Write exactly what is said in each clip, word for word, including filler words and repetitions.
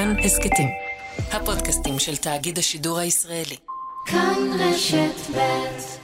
כאן הסקטים, הפודקאסטים של תאגיד השידור הישראלי. כאן רשת ב'.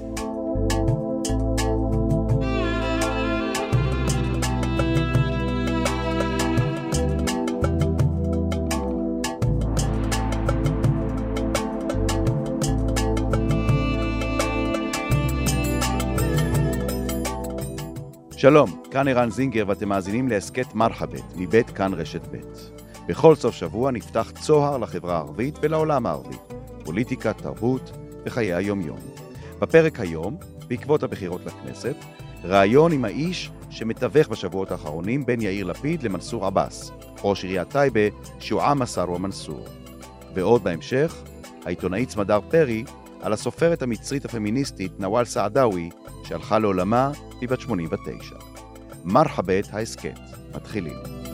שלום, כאן ערן זינגר ואתם מאזינים להסקט מרחבת מבית כאן רשת ב'. בכל סוף שבוע נפתח צוהר לחברה הערבית ולעולם הערבי, פוליטיקה, תרבות וחיי היום-יום. בפרק היום, בעקבות הבחירות לכנסת, ראיון עם האיש שמתווך בשבועות האחרונים בין יאיר לפיד למנסור עבאס, ראש עיריית טייבה, שועאע מסארווה מנסור. ועוד בהמשך, העיתונאית סמדר פרי על הסופרת המצרית הפמיניסטית נוואל סעדאווי, שהלכה לעולמה בבת שמונים ותשע. מרחבת ההסקט. מתחילים.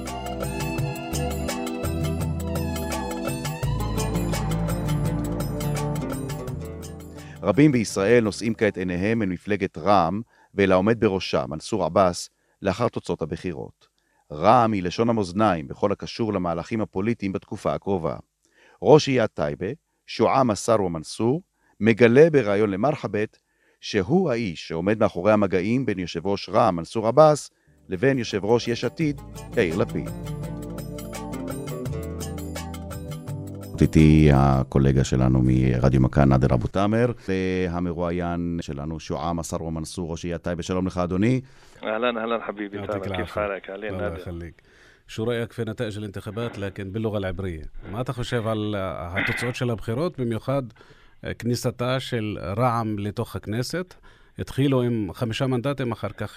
רבים בישראל נושאים כעת עיניהם אל מפלגת רע"מ ואל העומד בראשה, מנסור עבאס, לאחר תוצאות הבחירות. רע"מ היא לשון המאזניים בכל הקשור למהלכים הפוליטיים בתקופה הקרובה. ראש עיריית טייבה, שועאע מסארווה מנסור, מגלה בראיון למרחבת שהוא האיש שעומד מאחורי המגעים בין יושב ראש רע"מ מנסור עבאס לבין יושב ראש יש עתיד יאיר לפיד. איתי הקולגה שלנו מרדיו מכאן נאדר אבו תאמר והמרואיין שלנו שועאע מסארווה מנסור ראש עיריית טייבה. שלום לך אדוני. אהלן אהלן حبيبي كيف حالك علي الله يخليك. شو رأيك في نتائج الانتخابات لكن باللغة العبرية؟ מה אתה חושב על התוצאות של הבחירות, במיוחד כניסתה של רע"מ לתוך הכנסת? התחילו עם חמישה מנדטים, אחר כך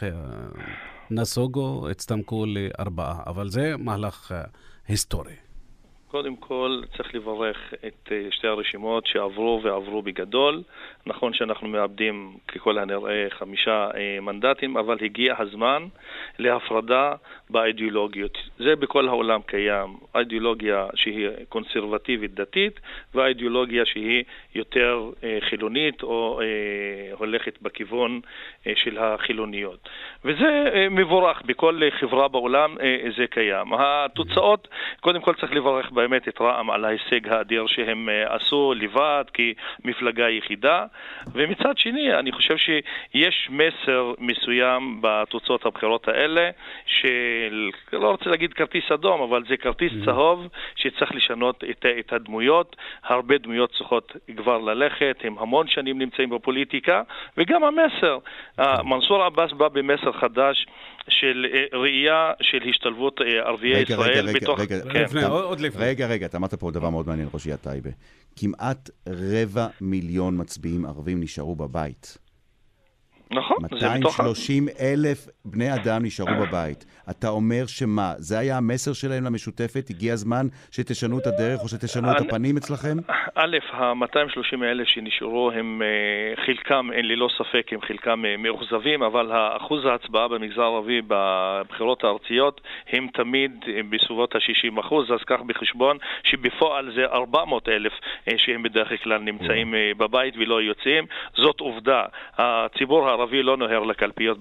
נסוגו, הצטמקו לארבעה, אבל זה מהלך היסטורי. קודם כל צריך לברך את שתי הרשימות שעברו ועברו בגדול. נכון שאנחנו מאבדים ככל הנראה חמישה מנדטים, אבל הגיע הזמן להפרדה באידיאולוגיות. זה בכל העולם קיים. האידיאולוגיה שהיא קונסרבטיבית דתית, והאידיאולוגיה שהיא יותר חילונית או הולכת בכיוון של החילוניות. וזה מבורך, בכל חברה בעולם זה קיים. התוצאות, קודם כל צריך לברך באמת את רע"מ על ההישג האדיר שהם עשו לבד כמפלגה יחידה, ומצד שני אני חושב שיש מסר מסוים בתוצאות הבחירות האלה של, לא רוצה להגיד כרטיס אדום, אבל זה כרטיס צהוב שצריך לשנות את, את הדמויות. הרבה דמויות צריכות כבר ללכת, הם המון שנים נמצאים בפוליטיקה, וגם המסר, מנסור עבאס בא במסר חדש של ראייה של השתלבות ערביי רגע, ישראל רגע, בתוך... רגע, כן. לפני, עוד לפני. רגע, רגע, אתה אמרת פה דבר מאוד מעניין, ראש עיריית טייבה. כמעט רבע מיליון מצביעים ערבים נשארו בבית. נכון. מאתיים ושלושים אלף בני אדם נשארו בבית. אתה אומר שמה? זה היה המסר שלהם למשותפת? הגיע הזמן שתשנו את הדרך או שתשנו את הפנים אצלכם? א', ה-מאתיים ושלושים אלף שנשארו הם חלקם, אין לי לא ספק, הם חלקם מאוכזבים, אבל האחוז ההצבעה במגזר הערבי בבחירות הארציות הם תמיד בסביבות ה-שישים אחוז, אז כך בחשבון שבפועל זה ארבע מאות אלף שהם בדרך כלל נמצאים בבית ולא יוצאים. זאת עובדה. הציבור הערבי לא נוהר לקלפיות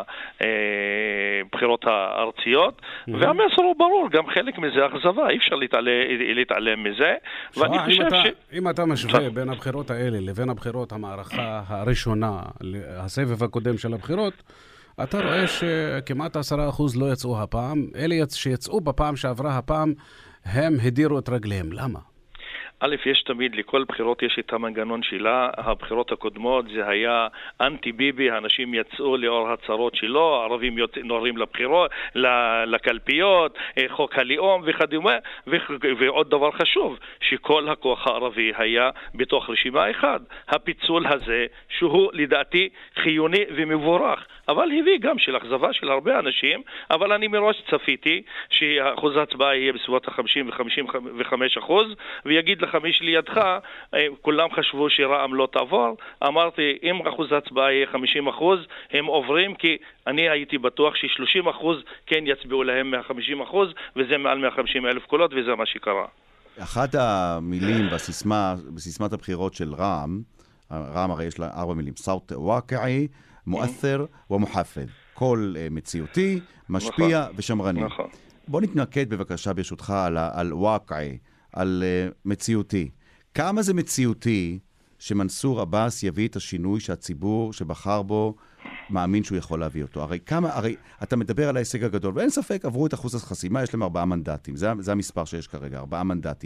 בבחירות הארציות, והמסר הוא ברור, גם חלק מזה אכזבה, אי אפשר להתעלם מזה. ואני חושב ש... אם אתה משווה בין הבחירות האלה לבין הבחירות המערכה הראשונה, הסבב הקודם של הבחירות, אתה רואה שכמעט עשרה אחוז לא יצאו הפעם. אלה שיצאו בפעם שעברה הפעם, הם הדירו את רגליהם. למה? א', יש תמיד, לכל בחירות יש את המנגנון שלה. הבחירות הקודמות זה היה אנטי ביבי, האנשים יצאו לאור הצהרות שלו, הערבים נוהרים לבחירות, לקלפיות, חוק הלאום וכדומה. ועוד דבר חשוב, שכל הכוח הערבי היה בתוך רשימה אחד. הפיצול הזה, שהוא לדעתי חיוני ומבורך, אבל הביא גם של אכזבה של הרבה אנשים, אבל אני מראש צפיתי שאחוז ההצבעה יהיה בסביבות ה-חמישים ו-חמישים וחמישה אחוז, ויגיד לך מי שלידך, כולם חשבו שרע"מ לא תעבור. אמרתי, אם אחוז ההצבעה יהיה חמישים אחוז, הם עוברים, כי אני הייתי בטוח ש-שלושים אחוז כן יצביעו להם מה-חמישים אחוז, וזה מעל מאה וחמישים אלף קולות, וזה מה שקרה. אחת המילים בסיסמה, בסיסמת הבחירות של רע"מ, רע"מ הרי יש לה ארבע מילים, סאוט וואקעי, מואת'ר ומוחפד. קול מציאותי, משפיע ושמרני. בוא נתנקד בבקשה ברשותך על, על וואקעי, על uh, מציאותי. כמה זה מציאותי שמנסור עבאס יביא את השינוי שהציבור שבחר בו מאמין שהוא יכול להביא אותו? הרי כמה, הרי אתה מדבר על ההישג הגדול, ואין ספק, עברו את אחוז החסימה, יש להם ארבעה מנדטים. זה, זה המספר שיש כרגע, ארבעה מנדטים.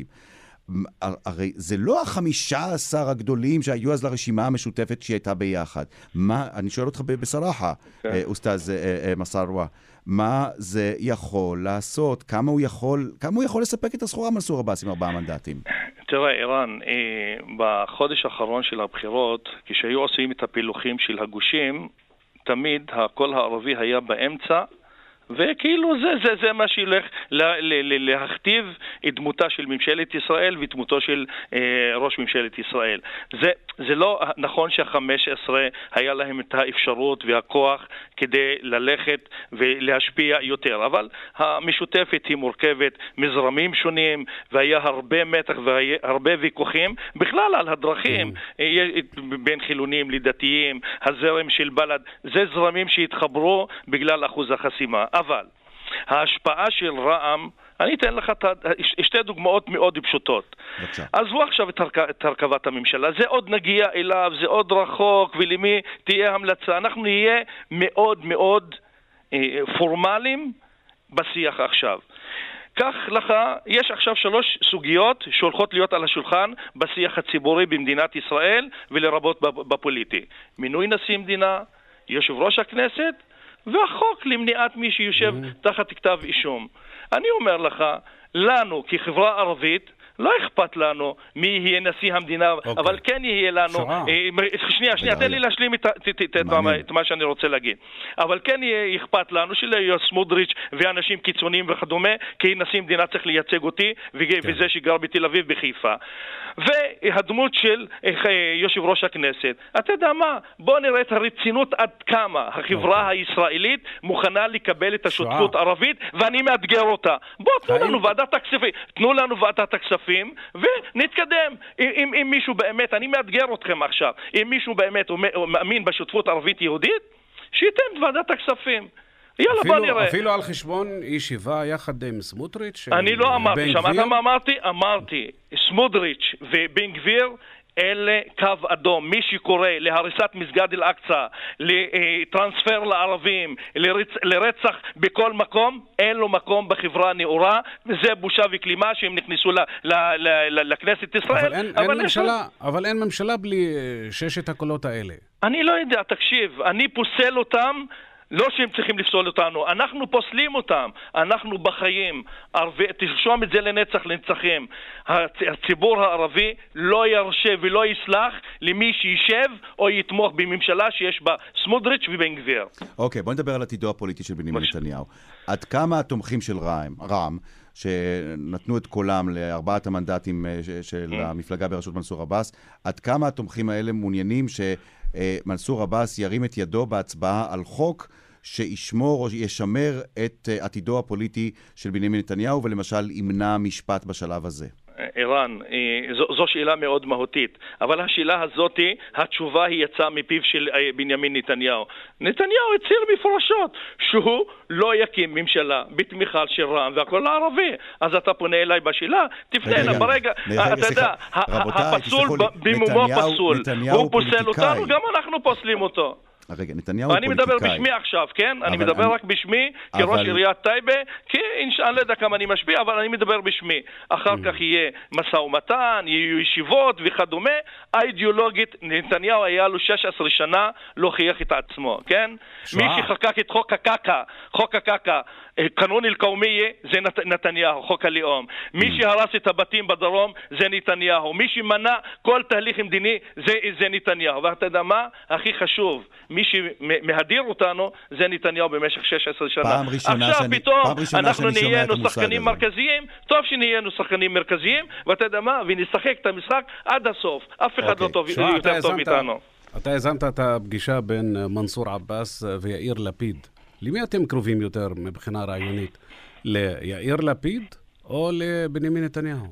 הרי זה לא החמישה עשר הגדולים שהיו אז לרשימה המשותפת שהייתה ביחד. מה, אני שואל אותך בסרחה, אוסטאז מסארווה, מה זה יכול לעשות? כמה הוא יכול, כמה הוא יכול לספק את הסחורה מנסור עבאס עם ארבעה מנדטים? תראה, איראן, בחודש האחרון של הבחירות, כשהיו עושים את הפילוחים של הגושים, תמיד הקול הערבי היה באמצע, וכאילו זה, זה, זה מה שילך לה, לה, להכתיב את דמותה של ממשלת ישראל ואת דמותו של אה, ראש ממשלת ישראל. זה, זה לא נכון שה-חמש עשרה היה להם את האפשרות והכוח כדי ללכת ולהשפיע יותר, אבל המשותפת היא מורכבת מזרמים שונים, והיה הרבה מתח והרבה ויכוחים בכלל על הדרכים בין חילונים לדתיים, הזרם של בלד, זה זרמים שהתחברו בגלל אחוז החסימה. אבל ההשפעה של רע"מ, אני אתן לך שתי דוגמאות מאוד פשוטות. בבקשה. עזבו עכשיו את, הרכ... את הרכבת הממשלה, זה עוד נגיע אליו, זה עוד רחוק, ולמי תהיה המלצה. אנחנו נהיה מאוד מאוד אה, פורמליים בשיח עכשיו. כך לך, יש עכשיו שלוש סוגיות שהולכות להיות על השולחן בשיח הציבורי במדינת ישראל ולרבות בפוליטי. מינוי נשיא מדינה, יושב ראש הכנסת, והחוק למניעת מי שיושב תחת כתב אישום. אני אומר לך, לנו כחברה ערבית, לא אכפת לנו מי יהיה נשיא המדינה, okay. אבל כן יהיה לנו... אה, שנייה, שנייה, תן לי להשלים את, את, את, את, את מה שאני רוצה להגיד. אבל כן יהיה אכפת לנו שלא סמוטריץ' ואנשים קיצוניים וכדומה, כי נשיא המדינה צריך לייצג אותי, okay. וזה שגר בתל אביב בחיפה. והדמות של יושב ראש הכנסת. אתה יודע מה? בוא נראה את הרצינות עד כמה החברה okay. הישראלית מוכנה לקבל את השותפות הערבית, ואני מאתגר אותה. בוא, תנו לנו ועדת הכספים, תנו לנו ועדת הכספים, ונתקדם. אם, אם מישהו באמת, אני מאתגר אתכם עכשיו, אם מישהו באמת מאמין בשותפות ערבית יהודית, שייתן את ועדת הכספים. יאללה, אפילו, בוא נראה. אפילו על חשבון ישיבה יחד עם סמוטריץ'? אני לא אמרתי, שמעת מה אמרתי? אמרתי, סמוטריץ' ובן גביר, אלה קו אדום. מי שקורא להריסת מסגד אל-אקצא, לטרנספר לערבים, לרצ... לרצח בכל מקום, אין לו מקום בחברה נאורה, וזה בושה וכלימה שהם נכנסו ל... ל... ל... לכנסת ישראל. אבל אין, אבל אין, ממשלה, אבל אין ממשלה בלי ששת הקולות האלה. אני לא יודע, תקשיב, אני פוסל אותם, לא שהם צריכים לפסול אותנו, אנחנו פוסלים אותם, אנחנו בחיים, ערבי, תרשום את זה לנצח לנצחים. הציבור הערבי לא ירשה ולא יסלח למי שישב או יתמוך בממשלה שיש בה סמוטריץ' ובן גביר. אוקיי, בוא נדבר על עתידו הפוליטי של בנימין נתניהו. עד כמה התומכים של רע"מ, שנתנו את קולם לארבעת המנדטים של המפלגה בראשות מנסור עבאס, עד כמה התומכים האלה מעוניינים ש... מנסור עבאס ירים את ידו בהצבעה על חוק שישמור או ישמר את עתידו הפוליטי של בנימין נתניהו, ולמשל ימנע משפט בשלב הזה? איראן, זו, זו שאלה מאוד מהותית, אבל השאלה הזאת, התשובה היא יצאה מפיו של בנימין נתניהו. נתניהו הצהיר מפורשות שהוא לא יקים ממשלה בתמיכה של רע"מ והכל הערבי. אז אתה פונה אליי בשאלה, תפנה, ברגע, אתה יודע, הפסול במומו פסול, הוא פוסל אותנו, גם אנחנו פוסלים אותו. רגע, נתניהו הוא פוליטיקאי. אני מדבר בשמי עכשיו, כן? אני מדבר רק בשמי, כראש עיריית טייבה, כי אני לא יודע כמה אני משפיע, אבל אני מדבר בשמי. אחר כך יהיה משא ומתן, יהיו ישיבות וכדומה. האידיאולוגית, נתניהו היה לו שש עשרה שנה להוכיח את עצמו, כן? מי שחקק את חוק הקקה, חוק הקקה, קנון אל-קאומיה, זה נתניהו, חוק הלאום. מי שהרס את הבתים בדרום, זה נתניהו. מי שמנע כל תהליך מדיני, זה, זה נתניהו. ואתה יודע מה? הכי חשוב, מי שמהדיר אותנו, זה נתניהו במשך שש עשרה שנה. פעם ראשונה עכשיו שאני, פתאום פעם ראשונה אנחנו נהיינו שחקנים שחקנים מרכזיים, טוב שנהיינו שחקנים מרכזיים, ואתה יודע מה? ונשחק את המשחק עד הסוף. אף אחד לא טוב, יותר טוב איתנו. אתה הזנת את הפגישה בין מנסור עבאס ויאיר לפיד. למי אתם קרובים יותר מבחינה רעיונית? ליאיר לפיד או לבנימין נתניהו?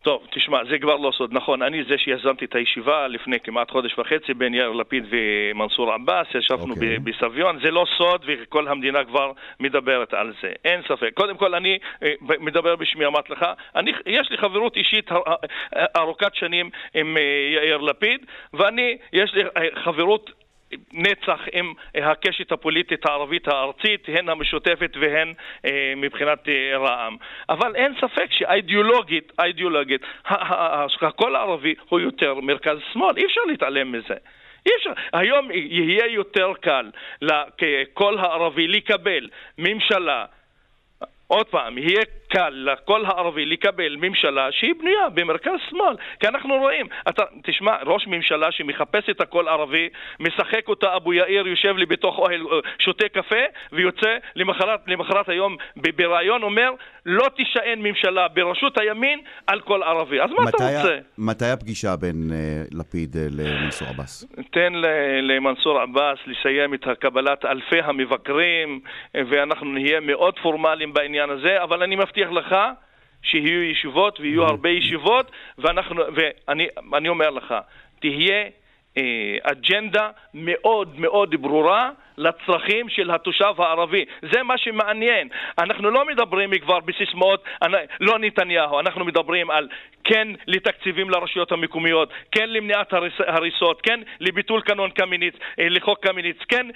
טוב, תשמע, זה כבר לא סוד, נכון, אני זה שיזמתי את הישיבה לפני כמעט חודש וחצי בין יאיר לפיד ומנסור עבאס, ישבנו okay. בסביון, זה לא סוד וכל המדינה כבר מדברת על זה, אין ספק. קודם כל אני מדבר בשמי, אמרת לך, אני, יש לי חברות אישית ארוכת שנים עם יאיר לפיד, ואני, יש לי חברות נצח עם הקשת הפוליטית הערבית הארצית, הן המשותפת והן אה, מבחינת אה, רע"מ. אבל אין ספק שהאידיאולוגית, האידיאולוגית, הקול הערבי הוא יותר מרכז שמאל. אי אפשר להתעלם מזה. אי אפשר. היום יהיה יותר קל לקול הערבי לקבל ממשלה, עוד פעם, יהיה קל לכל הערבי לקבל ממשלה שהיא בנויה במרכז שמאל. כי אנחנו רואים, אתה, תשמע, ראש ממשלה שמחפש את הכל ערבי, משחק אותה אבו יאיר, יושב לי בתוך אוהל, שותה קפה, ויוצא למחרת, למחרת היום ברעיון אומר, לא תישען ממשלה בראשות הימין על כל ערבי. אז מה אתה רוצה? מתי הפגישה בין uh, לפיד uh, למנסור עבאס? תן למנסור עבאס לסיים את הקבלת אלפי המבקרים, ואנחנו נהיה מאוד פורמליים בעניין הזה, אבל אני מבטיח לך שיהיו ישיבות ויהיו הרבה ישיבות, ואנחנו, ואני אני אומר לך, תהיה אה, אג'נדה מאוד מאוד ברורה לצרכים של התושב הערבי. זה מה שמעניין. אנחנו לא מדברים כבר בסיסמאות, לא נתניהו, אנחנו מדברים על כן לתקציבים לרשויות המקומיות, כן למניעת הריסות, כן לביטול קנון קמיניץ, לחוק קמיניץ, כן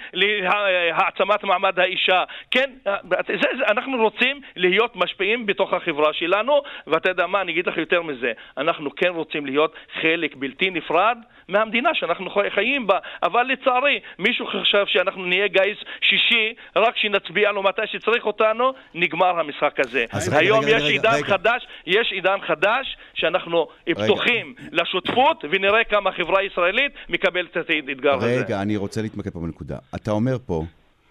להעצמת מעמד האישה, כן, זה, זה, אנחנו רוצים להיות משפיעים בתוך החברה שלנו, ואתה יודע מה, אני אגיד לך יותר מזה, אנחנו כן רוצים להיות חלק בלתי נפרד מהמדינה שאנחנו חיים בה, אבל לצערי, מישהו חשב שאנחנו נהיה גייס שישי, רק שנצביע לו מתי שצריך אותנו, נגמר המשחק הזה. היום רגע, יש רגע, עידן רגע. חדש, יש עידן חדש שאנחנו פתוחים רגע. לשותפות, ונראה כמה החברה הישראלית מקבלת את האתגר הזה. רגע, אני רוצה להתמקד פה בנקודה. אתה אומר פה,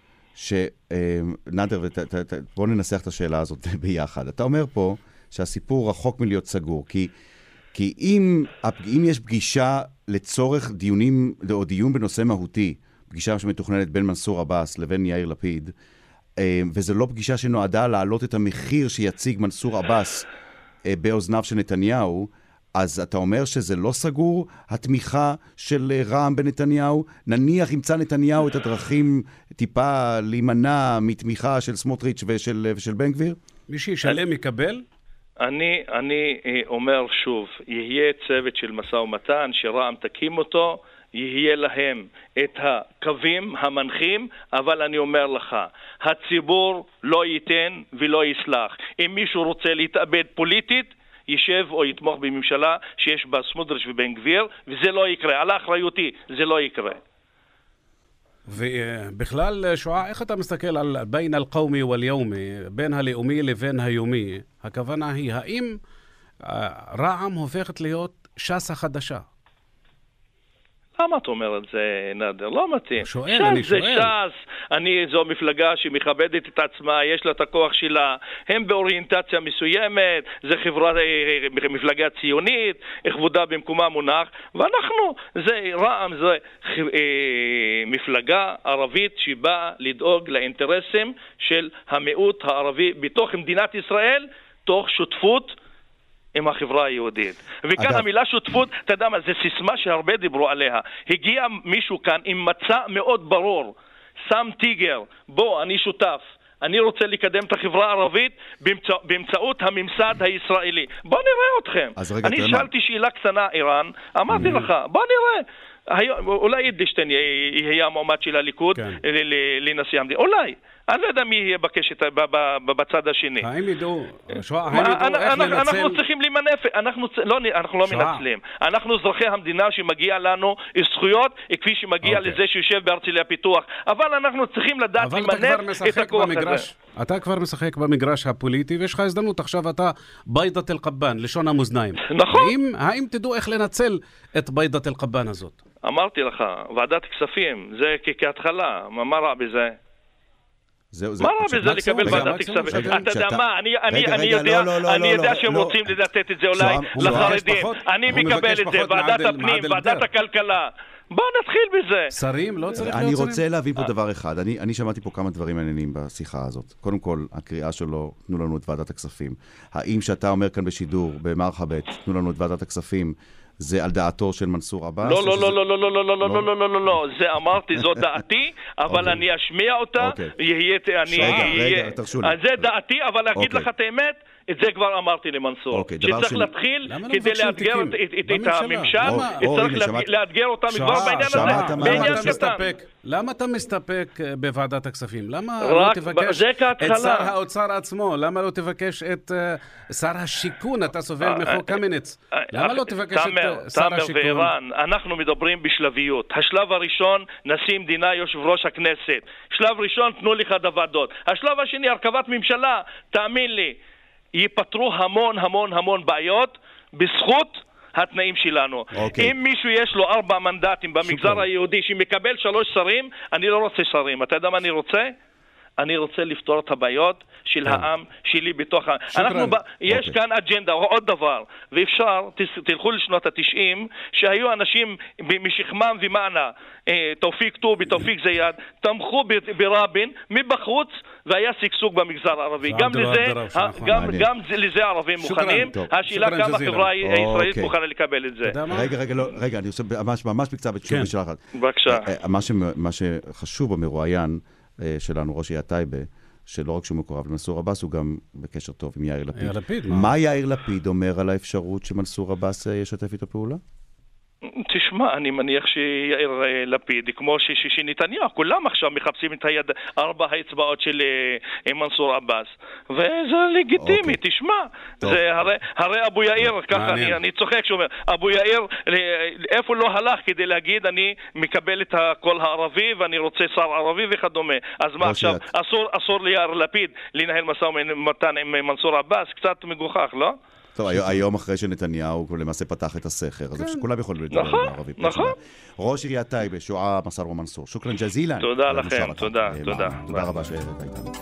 שנדר, בוא ננסח את השאלה הזאת ביחד. אתה אומר פה שהסיפור רחוק מלהיות סגור, כי כי אם, אם יש פגישה לצורך דיונים או דיון בנושא מהותי, פגישה שמתוכננת בין מנסור עבאס לבין יאיר לפיד, וזו לא פגישה שנועדה להעלות את המחיר שיציג מנסור עבאס באוזניו של נתניהו, אז אתה אומר שזה לא סגור, התמיכה של רע"מ בנתניהו? נניח ימצא נתניהו את הדרכים טיפה להימנע מתמיכה של סמוטריץ' ושל, ושל בן גביר? מי שישלם יקבל? אני, אני אומר שוב, יהיה צוות של משא ומתן, שרע"מ תקים אותו, יהיה להם את הקווים המנחים, אבל אני אומר לך, הציבור לא ייתן ולא יסלח. אם מישהו רוצה להתאבד פוליטית, יישב או יתמוך בממשלה שיש בה סמוטריץ' ובן גביר, וזה לא יקרה. על האחריותי, זה לא יקרה. ובכלל, שועא, איך אתה מסתכל על בין הלאומי והליומי, בין הלאומי לבין היומי? הכוונה היא, האם רע"מ הופכת להיות ש"ס החדשה? למה אתה אומר את זה, נדר? לא מתאים. שואל, אני שואל. ש"ס זה ש"ס. אני, זו מפלגה שמכבדת את עצמה, יש לה את הכוח שלה, הם באוריינטציה מסוימת, זה חברה, מפלגה ציונית, כבודה במקומה מונח, ואנחנו, זה רע"מ, זה אה, מפלגה ערבית שבאה לדאוג לאינטרסים של המיעוט הערבי בתוך מדינת ישראל, תוך שותפות עם החברה היהודית. וכאן אגב... המילה שותפות, אתה יודע מה, זה סיסמה שהרבה דיברו עליה. הגיע מישהו כאן עם מצע מאוד ברור, שם טיגר, בוא, אני שותף. אני רוצה לקדם את החברה הערבית באמצע, באמצעות הממסד הישראלי. בוא נראה אתכם. אני שאלתי מה... שאלה קטנה, איראן, אמרתי mm-hmm. לך, בוא נראה. אולי ידישטיין יהיה המועמד של הליכוד כן. לנשיא המדינה. אולי. אני לא יודע מי יהיה בקשת בצד השני. האם ידעו, שואה, האם ידעו איך לנצל... אנחנו צריכים למנף, אנחנו לא מנצלים. אנחנו אזרחי המדינה שמגיע לנו זכויות, כפי שמגיע לזה שיושב בהרצליה פיתוח. אבל אנחנו צריכים לדעת למנף את הכוח הזה. אתה כבר משחק במגרש הפוליטי, ויש לך הזדמנות, עכשיו אתה ביידת אל-קבן, לשון המאזניים. נכון. האם תדעו איך לנצל את ביידת אל-קבן הזאת? אמרתי לך, ועדת כספים, זה כהתחלה, מה רע בזה? מה רע בזה לקבל ועדת כספים? אתה יודע מה, אני יודע שהם רוצים לתת את זה אולי לחרדים. אני מקבל את זה, ועדת הפנים, ועדת הכלכלה. בוא נתחיל בזה. שרים לא צריך להיות אני שרים? רוצה להבין פה דבר אחד. אני, אני שמעתי פה כמה דברים מעניינים בשיחה הזאת. קודם כל, הקריאה שלו, תנו לנו את ועדת הכספים. האם שאתה אומר כאן בשידור, במרחבת, תנו לנו את ועדת הכספים, זה על דעתו של מנסור עבאס? לא, לא, לא, לא, לא, לא, לא, לא, לא, לא, לא, לא, לא, זה אמרתי, זו דעתי, אבל אני אשמיע אותה, יהיה, אני, רגע, תרשו לי. זה דעתי, אבל להגיד לך את האמת, את זה כבר אמרתי למנסור, שצריך להתחיל כדי לאתגר את הממשל, צריך לאתגר אותם כבר בעניין הזה, בעניין קטן. למה אתה מסתפק בוועדת הכספים? למה לא תבקש את שר האוצר עצמו? למה לא תבקש את שר השיכון? אתה סובל מחוק קמיניץ. למה לא תבקש את שר השיכון? ואירן, אנחנו מדברים בשלביות. השלב הראשון, נשיא מדינה, יושב ראש הכנסת. שלב ראשון, תנו לך דוועדות. השלב השני, הרכבת ממשלה, תאמין לי, ייפטרו המון המון המון בעיות בזכות התנאים שלנו. Okay. אם מישהו יש לו ארבע מנדטים במגזר שוקרן. היהודי שמקבל שלוש שרים, אני לא רוצה שרים. אתה יודע מה אני רוצה? אני רוצה לפתור את הבעיות של כן. העם שלי בתוך ה... אנחנו ב... יש okay. כאן אג'נדה, עוד דבר, ואפשר, תלכו לשנות התשעים, שהיו אנשים משכמם ומענה, תופיק טובי, תופיק זיאד, תמכו ברבין מבחוץ, והיה סגסוג במגזר הערבי. גם לזה, גם, גם לזה הערבים מוכנים. השאלה כמה החברה הישראלית מוכנה לקבל את זה. רגע, רגע, לא, רגע, אני עושה ממש, ממש בקצרה בתשוב בשביל אחת. בבקשה. מה שחשוב במרואיין שלנו, ראש עיריית טייבה, שלא רק שהוא מקורב למנסור עבאס, הוא גם בקשר טוב עם יאיר לפיד. יאיר לפיד, מה? מה יאיר לפיד אומר על האפשרות שמנסור עבאס ישתף איתו פעולה? תשמע, אני מניח שיאיר לפיד, כמו שנתניהו, כולם עכשיו מחפשים את היד, ארבע האצבעות של מנסור עבאס, וזה לגיטימי, תשמע, זה הרי, הרי אבו יאיר, ככה אני, אני צוחק שאומר, אבו יאיר, איפה לא הלך כדי להגיד, אני מקבל את הקול הערבי, ואני רוצה שר ערבי וכדומה, אז מה עכשיו, אסור, אסור ליאיר לפיד לנהל משא ומתן עם מנסור עבאס, קצת מגוחך, לא? טוב, היום אחרי שנתניהו למעשה פתח את הסכר, אז כולם יכולים לדבר בערבית. נכון, נכון. ראש עיריית טייבה, שועא מסאר ומנסור. שוקרן ג'זילן. תודה לכם, תודה, תודה. תודה רבה שהעלית איתנו.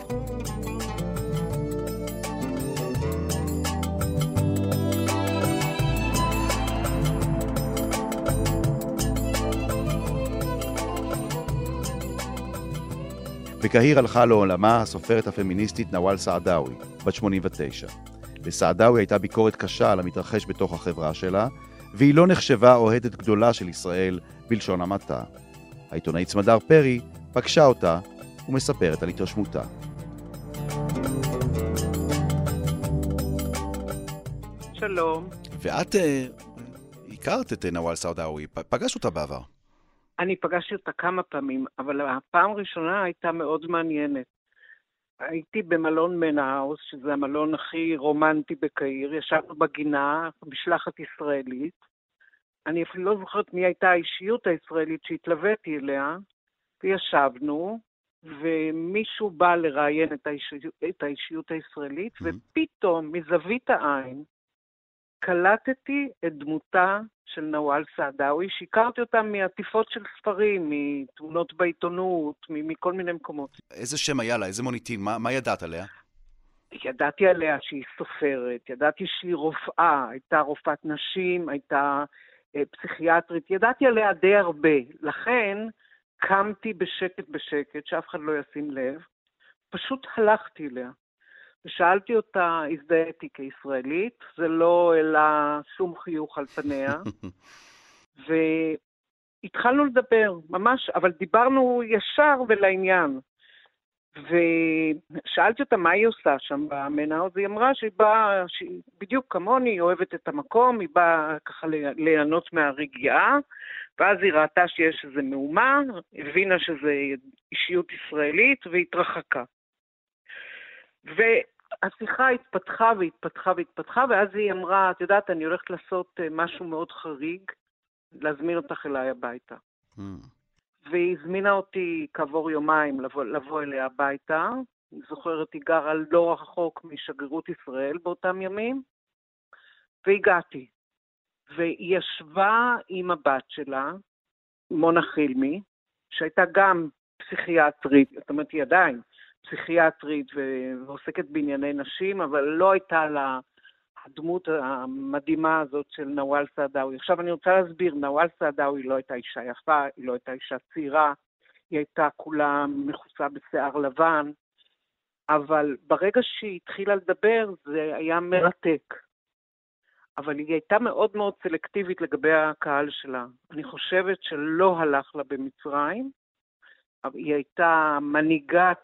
בקהיר הלכה לעולמה הסופרת הפמיניסטית נוואל סעדאווי, בת שמונים ותשע. לסעדאווי הייתה ביקורת קשה על המתרחש בתוך החברה שלה, והיא לא נחשבה אוהדת גדולה של ישראל בלשון המעטה. העיתונאית סמדר פרי פגשה אותה ומספרת על התרשמותה. שלום. ואת uh, הכרת את נוואל סעדאווי, פגשת אותה בעבר? אני פגשתי אותה כמה פעמים, אבל הפעם הראשונה הייתה מאוד מעניינת. הייתי במלון מנהאוס, שזה המלון הכי רומנטי בקהיר, ישבנו בגינה, משלחת ישראלית. אני אפילו לא זוכרת מי הייתה האישיות הישראלית שהתלוויתי אליה, וישבנו, ומישהו בא לראיין את האישיות, את האישיות הישראלית, mm-hmm. ופתאום, מזווית העין, קלטתי את דמותה של נוואל סעדאווי, שהכרתי אותה מעטיפות של ספרים, מתמונות בעיתונות, מכל מיני מקומות. איזה שם היה לה? איזה מוניטין? מה, מה ידעת עליה? ידעתי עליה שהיא סופרת, ידעתי שהיא רופאה, הייתה רופאת נשים, הייתה אה, פסיכיאטרית, ידעתי עליה די הרבה. לכן קמתי בשקט בשקט, שאף אחד לא ישים לב, פשוט הלכתי אליה. ושאלתי אותה, הזדהיתי כישראלית, זה לא אלא שום חיוך על פניה, והתחלנו לדבר, ממש, אבל דיברנו ישר ולעניין, ושאלתי אותה מה היא עושה שם במנהאוס, היא אמרה שהיא באה, שהיא בדיוק כמוני, היא אוהבת את המקום, היא באה ככה ליהנות מהרגיעה, ואז היא ראתה שיש איזה מהומה, הבינה שזה אישיות ישראלית, והתרחקה. והשיחה התפתחה והתפתחה והתפתחה, ואז היא אמרה, את יודעת, אני הולכת לעשות משהו מאוד חריג, להזמין אותך אליי הביתה. Mm. והיא הזמינה אותי כעבור יומיים לבוא, לבוא אליה הביתה. אני זוכרת, היא גרה לא רחוק משגרירות ישראל באותם ימים, והגעתי. והיא ישבה עם הבת שלה, מונה חילמי, שהייתה גם פסיכיאטרית, זאת אומרת, היא עדיין, פסיכיאטרית ועוסקת בענייני נשים, אבל לא הייתה לה הדמות המדהימה הזאת של נוואל סעדאווי. עכשיו אני רוצה להסביר, נוואל סעדאווי לא הייתה אישה יפה, היא לא הייתה אישה צעירה, היא הייתה כולה מכוסה בשיער לבן, אבל ברגע שהיא התחילה לדבר זה היה מרתק. אבל היא הייתה מאוד מאוד סלקטיבית לגבי הקהל שלה. אני חושבת שלא הלך לה במצרים, אבל היא הייתה מנהיגת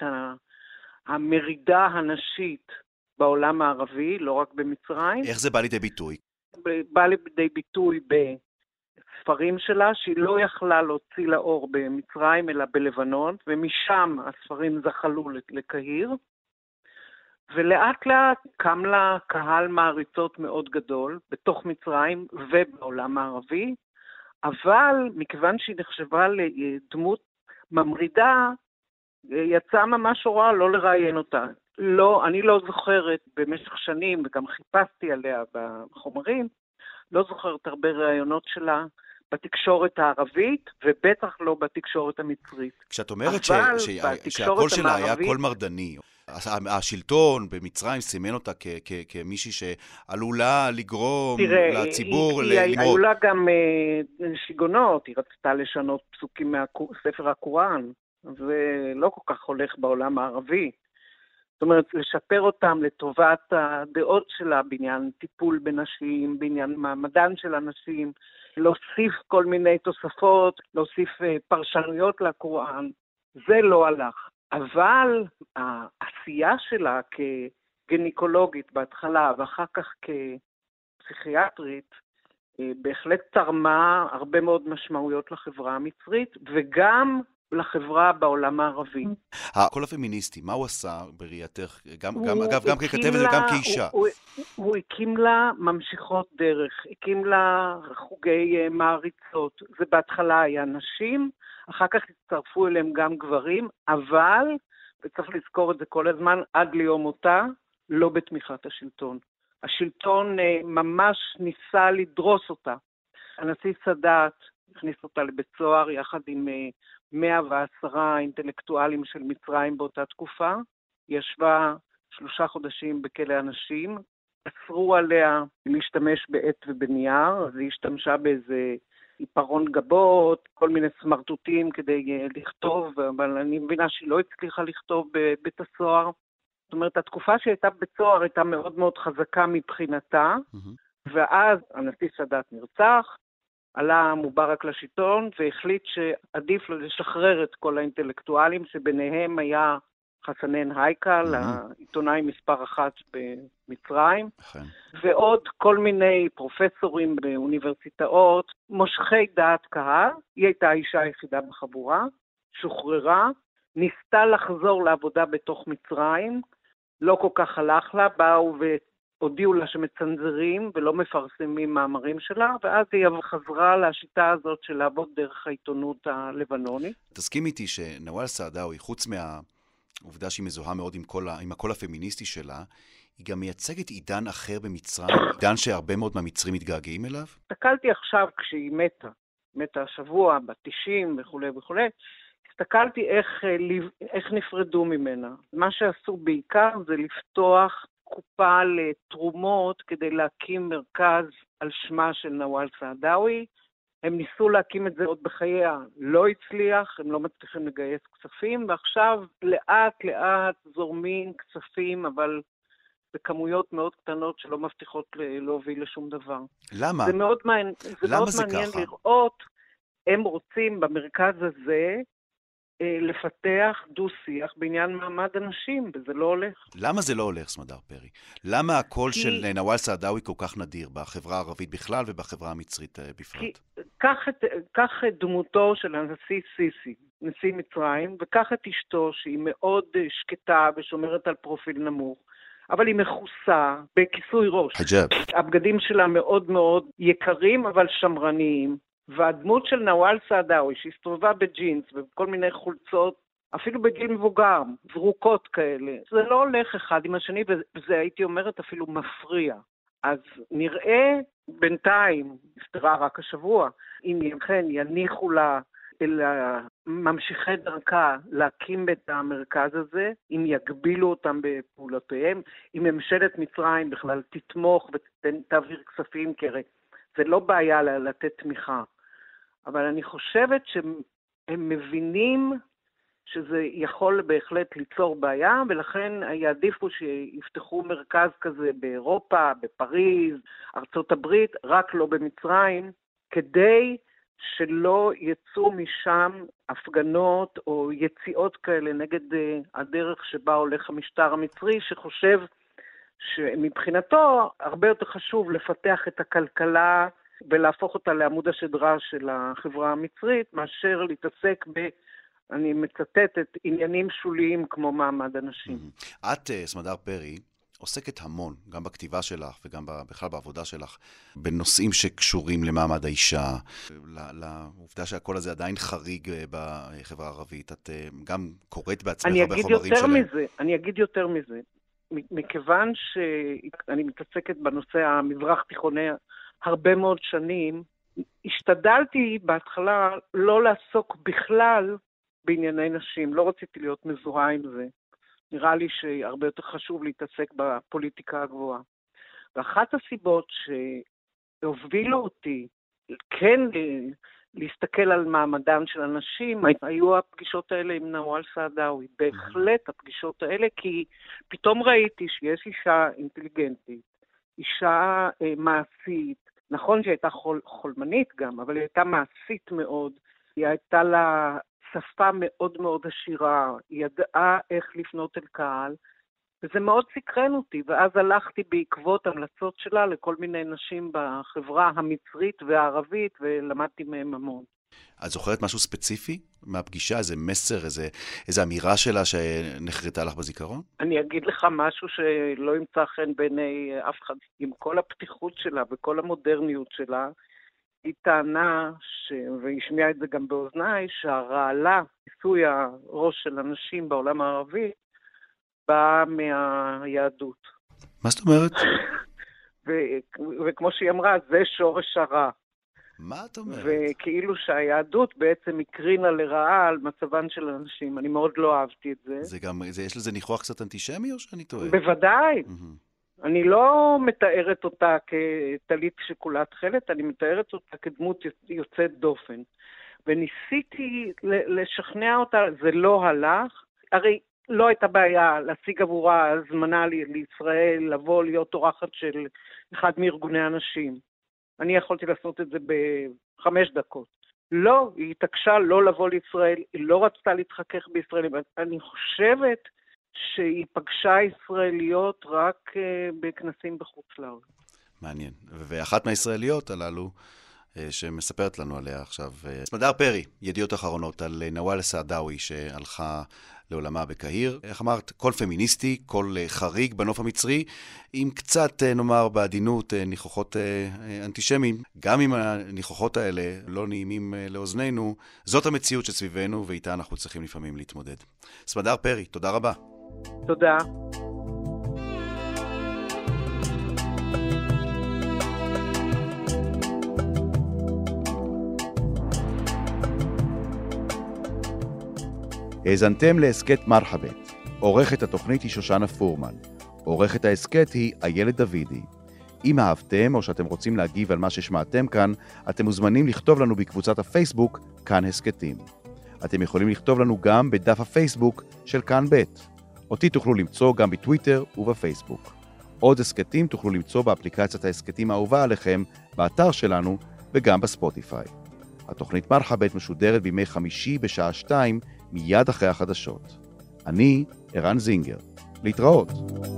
המרידה הנשית בעולם הערבי, לא רק במצרים. איך זה בא לידי ביטוי? בא לידי ביטוי בספרים שלה, שהיא לא יכלה להוציא לאור במצרים, אלא בלבנון, ומשם הספרים זחלו לקהיר. ולאט לאט קם לה קהל מעריצות מאוד גדול, בתוך מצרים ובעולם הערבי, אבל מכיוון שהיא נחשבה לדמות ממרידה, יצאה ממש הוראה לא לראיין אותה. לא, אני לא זוכרת במשך שנים, וגם חיפשתי עליה בחומרים, לא זוכרת הרבה ראיונות שלה בתקשורת הערבית, ובטח לא בתקשורת המצרית. כשאת אומרת ש... ש... שהקול שלה היה קול מרדני, השלטון במצרים סימן אותה כ... כ... כמישהי שעלולה לגרום תראה, לציבור היא, למרות. היו לה גם uh, שיגונות, היא רצתה לשנות פסוקים מספר הקוראן, זה לא כל כך הולך בעולם הערבי. זאת אומרת, לשפר אותם לטובת הדעות שלה בעניין טיפול בנשים, בעניין מעמדן של אנשים, להוסיף כל מיני תוספות, להוסיף פרשנויות לקוראן, זה לא הלך. אבל העשייה שלה כגניקולוגית בהתחלה ואחר כך כפסיכיאטרית, בהחלט תרמה הרבה מאוד משמעויות לחברה המצרית, וגם לחברה בעולם הערבי. הקול הפמיניסטי, מה הוא עשה בראייתך? גם, גם, אגב, גם ככתבת וגם כאישה. הוא, הוא, הוא הקים לה ממשיכות דרך, הקים לה חוגי מעריצות. זה בהתחלה היה נשים, אחר כך הצטרפו אליהם גם גברים, אבל, וצריך לזכור את זה כל הזמן, עד ליום מותה, לא בתמיכת השלטון. השלטון ממש ניסה לדרוס אותה. הנשיא סאדאת הכניס אותה לבית סוהר יחד עם מאה ועשרה אינטלקטואלים של מצרים באותה תקופה. היא ישבה שלושה חודשים בכלא הנשים, אסרו עליה להשתמש בעט ובנייר, אז היא השתמשה באיזה עיפרון גבות, כל מיני סמרטוטים כדי לכתוב, אבל אני מבינה שהיא לא הצליחה לכתוב בבית הסוהר. זאת אומרת, התקופה שהייתה בבית סוהר הייתה מאוד מאוד חזקה מבחינתה, mm-hmm. ואז הנשיא סאדאת נרצח, עלה מובארק לשלטון והחליט שעדיף לו לשחרר את כל האינטלקטואלים, שביניהם היה חסנן הייקל, mm-hmm. העיתונאי מספר אחת במצרים, okay. ועוד כל מיני פרופסורים באוניברסיטאות, מושכי דעת קהל. היא הייתה האישה היחידה בחבורה, שוחררה, ניסתה לחזור לעבודה בתוך מצרים, לא כל כך הלך לה, באו והודיעו לה שמצנזרים ולא מפרסמים מאמרים שלה, ואז היא חזרה לשיטה הזאת של לעבוד דרך העיתונות הלבנונית. תסכים איתי שנוואל סעדאווי, חוץ מהעובדה שהיא מזוהה מאוד עם, כל, עם הקול הפמיניסטי שלה, היא גם מייצגת עידן אחר במצרים, עידן שהרבה מאוד מהמצרים מתגעגעים אליו? הסתכלתי עכשיו כשהיא מתה, מתה השבוע, ב-תשעים וכו' וכו', הסתכלתי איך, איך נפרדו ממנה. מה שעשו בעיקר זה לפתוח קופה לתרומות כדי להקים מרכז על שמה של נוואל סעדאווי. הם ניסו להקים את זה עוד בחייה, לא הצליח, הם לא מצליחים לגייס כספים, ועכשיו לאט לאט זורמים כספים, אבל בכמויות מאוד קטנות שלא מבטיחות להוביל לשום דבר. למה? זה מאוד מעניין, זה למה מאוד זה מעניין ככה? לראות, הם רוצים במרכז הזה לפתח דו-שיח בעניין מעמד הנשים, וזה לא הולך. למה זה לא הולך, סמדר פרי? למה הקול כי... של נוואל סעדאווי כל כך נדיר בחברה הערבית בכלל ובחברה המצרית בפרט? כי... קח את, קח את דמותו של הנשיא סיסי, נשיא מצרים, וקח את אשתו שהיא מאוד שקטה ושומרת על פרופיל נמוך, אבל היא מכוסה בכיסוי ראש. חג'אב. הבגדים שלה מאוד מאוד יקרים, אבל שמרניים. והדמות של נוואל סעדאווי, שהסתובבה בג'ינס ובכל מיני חולצות, אפילו בגיל מבוגר, זרוקות כאלה, זה לא הולך אחד עם השני, וזה הייתי אומרת אפילו מפריע. אז נראה בינתיים, נפטרה רק השבוע, אם יכן יניחו לה לממשיכי דרכה להקים את המרכז הזה, אם יגבילו אותם בפעולותיהם, אם ממשלת מצרים בכלל תתמוך ותעביר כספים, כי הרי זה לא בעיה לתת תמיכה. אבל אני חושבת שהם מבינים שזה יכול בהחלט ליצור בעיה, ולכן יעדיפו שיפתחו מרכז כזה באירופה, בפריז, ארצות הברית, רק לא במצרים, כדי שלא יצאו משם הפגנות או יציאות כאלה נגד הדרך שבה הולך המשטר המצרי, שחושב שמבחינתו הרבה יותר חשוב לפתח את הכלכלה ולהפוך אותה לעמוד השדרה של החברה המצרית, מאשר להתעסק ב... אני מצטטת עניינים שוליים כמו מעמד הנשים. את, סמדר פרי, עוסקת המון, גם בכתיבה שלך וגם בכלל בעבודה שלך, בנושאים שקשורים למעמד האישה, לעובדה שהכל הזה עדיין חריג בחברה הערבית. את גם קוראת בעצמך הרבה חומרים שלהם. אני אגיד יותר מזה, אני אגיד יותר מזה. מכיוון שאני מתעסקת בנושא המזרח תיכוני הרבה מאוד שנים, השתדלתי בהתחלה לא לעסוק בכלל בענייני נשים, לא רציתי להיות מזוהה עם זה. נראה לי שהרבה יותר חשוב להתעסק בפוליטיקה הגבוהה. ואחת הסיבות שהובילו אותי כן להסתכל על מעמדן של אנשים, היו הפגישות האלה עם נוואל סעדאוי. בהחלט הפגישות האלה, כי פתאום ראיתי שיש אישה אינטליגנטית, אישה אה, מעשית, נכון שהיא הייתה חול, חולמנית גם, אבל היא הייתה מעשית מאוד, היא הייתה לה שפה מאוד מאוד עשירה, היא ידעה איך לפנות אל קהל, וזה מאוד סקרן אותי, ואז הלכתי בעקבות המלצות שלה לכל מיני נשים בחברה המצרית והערבית, ולמדתי מהם המון. את זוכרת משהו ספציפי מהפגישה, איזה מסר, איזה, איזה אמירה שלה שנחרטה לך בזיכרון? אני אגיד לך משהו שלא ימצא חן בעיני אף אחד. עם כל הפתיחות שלה וכל המודרניות שלה, היא טענה, ש... והשמיעה את זה גם באוזניי, שהרעלה, כיסוי הראש של אנשים בעולם הערבי, באה מהיהדות. מה זאת אומרת? ו... וכמו שהיא אמרה, זה שורש הרע. מה את אומרת? וכאילו שהיהדות בעצם הקרינה לרעה על מצבן של אנשים. אני מאוד לא אהבתי את זה. זה גם, זה, יש לזה ניחוח קצת אנטישמי או שאני טועה? בוודאי. Mm-hmm. אני לא מתארת אותה כתלית שכולה תכלת, אני מתארת אותה כדמות יוצאת דופן. וניסיתי לשכנע אותה, זה לא הלך. הרי לא הייתה בעיה להשיג עבורה הזמנה לישראל, לבוא להיות אורחת של אחד מארגוני אנשים. אני יכולתי לעשות את זה בחמש דקות. לא, היא התעקשה לא לבוא לישראל, היא לא רצתה להתחכך בישראל. אני חושבת שהיא פגשה ישראליות רק uh, בכנסים בחוץ לארץ. מעניין. ואחת מהישראליות הללו, uh, שמספרת לנו עליה עכשיו, uh, סמדר פרי, ידיעות אחרונות על uh, נוואל סעדאוי שהלכה לעולמה בקהיר. איך אמרת? קול פמיניסטי, קול uh, חריג בנוף המצרי, עם קצת, uh, נאמר, בעדינות, uh, ניחוחות uh, uh, אנטישמיים. גם אם הניחוחות האלה לא נעימים uh, לאוזנינו, זאת המציאות שסביבנו, ואיתה אנחנו צריכים לפעמים להתמודד. סמדר פרי, תודה רבה. תודה. האזנתם להסקט מרחבת. עורכת התוכנית היא שושנה פורמן. עורכת ההסקט היא איילת דוידי. אם אהבתם או שאתם רוצים להגיב על מה ששמעתם כאן, אתם מוזמנים לכתוב לנו בקבוצת הפייסבוק כאן הסקטים. אתם יכולים לכתוב לנו גם בדף הפייסבוק של כאן בית. אותי תוכלו למצוא גם בטוויטר ובפייסבוק. עוד הסקטים תוכלו למצוא באפליקציית ההסקטים האהובה עליכם, באתר שלנו וגם בספוטיפיי. התוכנית מרחבת משודרת בימי חמישי בשעה שתיים מיד אחרי החדשות. אני ערן זינגר. להתראות.